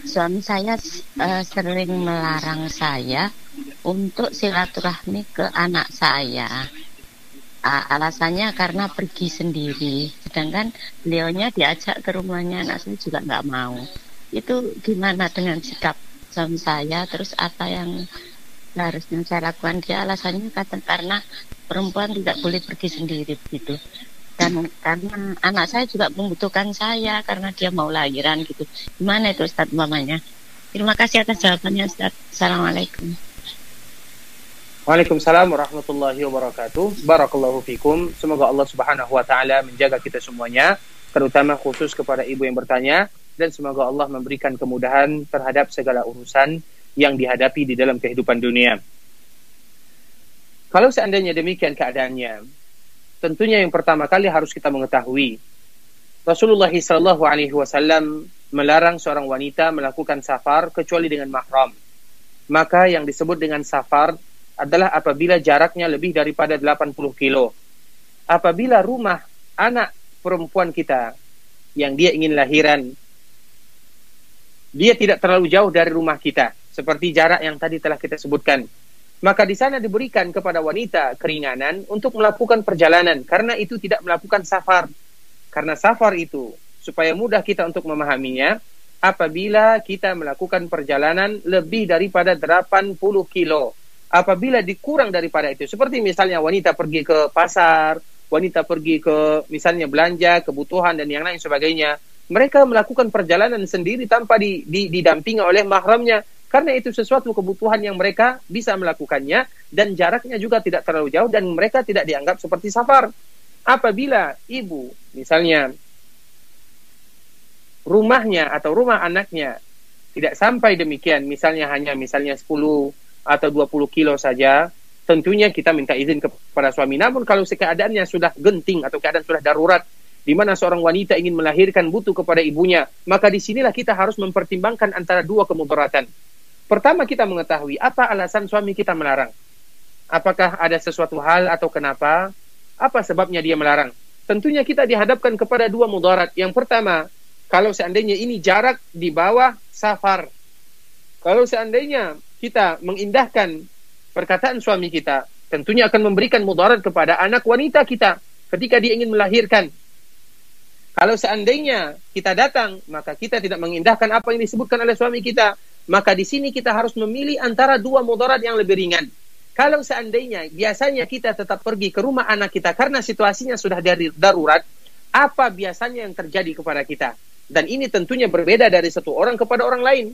Suami saya sering melarang saya untuk silaturahmi ke anak saya. Alasannya karena pergi sendiri, sedangkan beliaunya diajak ke rumahnya anak saya juga nggak mau. Itu gimana dengan sikap suami saya? Terus apa yang harusnya saya lakukan? Dia alasannya karena perempuan tidak boleh pergi sendiri begitu. Dan karena anak saya juga membutuhkan saya karena dia mau lahiran gitu. Gimana itu Ustaz mamanya? Terima kasih atas jawabannya Ustaz. Assalamualaikum. Waalaikumsalam warahmatullahi wabarakatuh. Barakallahu fikum. Semoga Allah Subhanahu wa taala menjaga kita semuanya, terutama khusus kepada ibu yang bertanya, dan semoga Allah memberikan kemudahan terhadap segala urusan yang dihadapi di dalam kehidupan dunia. Kalau seandainya demikian keadaannya, tentunya yang pertama kali harus kita mengetahui Rasulullah SAW melarang seorang wanita melakukan safar kecuali dengan mahram. Maka yang disebut dengan safar adalah apabila jaraknya lebih daripada 80 kilo. Apabila rumah anak perempuan kita yang dia ingin lahiran, dia tidak terlalu jauh dari rumah kita, seperti jarak yang tadi telah kita sebutkan, maka di sana diberikan kepada wanita keringanan untuk melakukan perjalanan, karena itu tidak melakukan safar. Karena safar itu, supaya mudah kita untuk memahaminya, apabila kita melakukan perjalanan lebih daripada 80 kilo. Apabila dikurang daripada itu, seperti misalnya wanita pergi ke pasar, wanita pergi ke misalnya belanja, kebutuhan dan yang lain sebagainya, mereka melakukan perjalanan sendiri tanpa didampingi oleh mahramnya, karena itu sesuatu kebutuhan yang mereka bisa melakukannya dan jaraknya juga tidak terlalu jauh dan mereka tidak dianggap seperti safar. Apabila ibu misalnya rumahnya atau rumah anaknya tidak sampai demikian, misalnya hanya 10 atau 20 kilo saja, tentunya kita minta izin kepada suami. Namun kalau keadaannya sudah genting atau keadaan sudah darurat, di mana seorang wanita ingin melahirkan butuh kepada ibunya, maka disinilah kita harus mempertimbangkan antara dua kemudaratan. Pertama, kita mengetahui apa alasan suami kita melarang. Apakah ada sesuatu hal atau kenapa? Apa sebabnya dia melarang? Tentunya kita dihadapkan kepada dua mudarat. Yang pertama, kalau seandainya ini jarak di bawah safar, kalau seandainya kita mengindahkan perkataan suami kita, tentunya akan memberikan mudarat kepada anak wanita kita ketika dia ingin melahirkan. Kalau seandainya kita datang, maka kita tidak mengindahkan apa yang disebutkan oleh suami kita, maka di sini kita harus memilih antara dua mudarat yang lebih ringan. Kalau seandainya biasanya kita tetap pergi ke rumah anak kita karena situasinya sudah darurat, apa biasanya yang terjadi kepada kita? Dan ini tentunya berbeda dari satu orang kepada orang lain.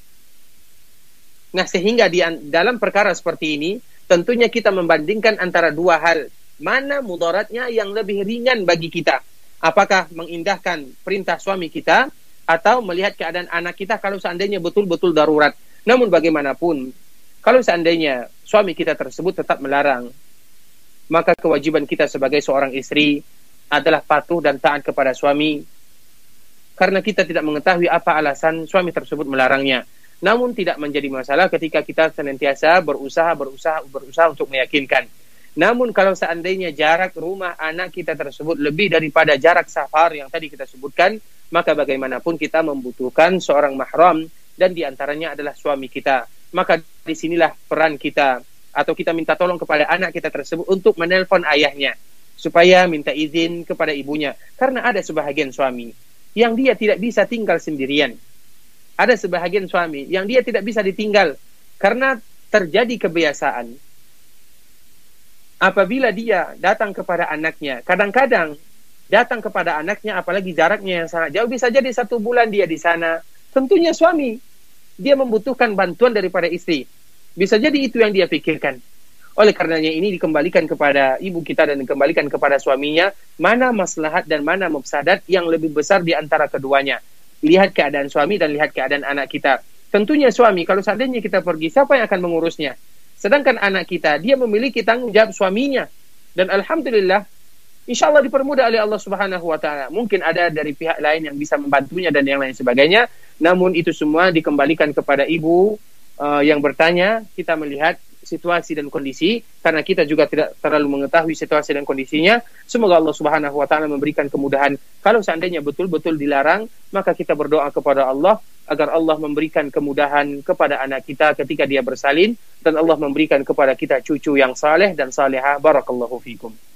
Nah, sehingga dalam perkara seperti ini, tentunya kita membandingkan antara dua hal. Mana mudaratnya yang lebih ringan bagi kita? Apakah mengindahkan perintah suami kita, atau melihat keadaan anak kita kalau seandainya betul-betul darurat? Namun bagaimanapun, kalau seandainya suami kita tersebut tetap melarang, maka kewajiban kita sebagai seorang istri adalah patuh dan taat kepada suami, karena kita tidak mengetahui apa alasan suami tersebut melarangnya. Namun tidak menjadi masalah ketika kita senantiasa berusaha untuk meyakinkan. Namun kalau seandainya jarak rumah anak kita tersebut lebih daripada jarak safar yang tadi kita sebutkan, maka bagaimanapun kita membutuhkan seorang mahram, dan diantaranya adalah suami kita. Maka disinilah peran kita, atau kita minta tolong kepada anak kita tersebut untuk menelpon ayahnya, supaya minta izin kepada ibunya. Karena ada sebahagian suami yang dia tidak bisa tinggal sendirian. Ada sebahagian suami yang dia tidak bisa ditinggal karena terjadi kebiasaan. Apabila dia datang kepada anaknya, kadang-kadang datang kepada anaknya, apalagi jaraknya yang sangat jauh, bisa jadi 1 bulan dia di sana. Tentunya suami, dia membutuhkan bantuan daripada istri. Bisa jadi itu yang dia pikirkan. Oleh karenanya ini dikembalikan kepada ibu kita dan dikembalikan kepada suaminya, mana maslahat dan mana mafsadat yang lebih besar di antara keduanya. Lihat keadaan suami dan lihat keadaan anak kita. Tentunya suami, kalau seandainya kita pergi, siapa yang akan mengurusnya? Sedangkan anak kita, dia memiliki tanggung jawab suaminya. Dan alhamdulillah, insya Allah dipermudah oleh Allah Subhanahu wa ta'ala. Mungkin ada dari pihak lain yang bisa membantunya dan yang lain sebagainya. Namun itu semua dikembalikan kepada ibu yang bertanya. Kita melihat situasi dan kondisi, karena kita juga tidak terlalu mengetahui situasi dan kondisinya. Semoga Allah Subhanahu wa taala memberikan kemudahan. Kalau seandainya betul-betul dilarang, maka kita berdoa kepada Allah agar Allah memberikan kemudahan kepada anak kita ketika dia bersalin, dan Allah memberikan kepada kita cucu yang saleh dan salehah. Barakallahu fikum.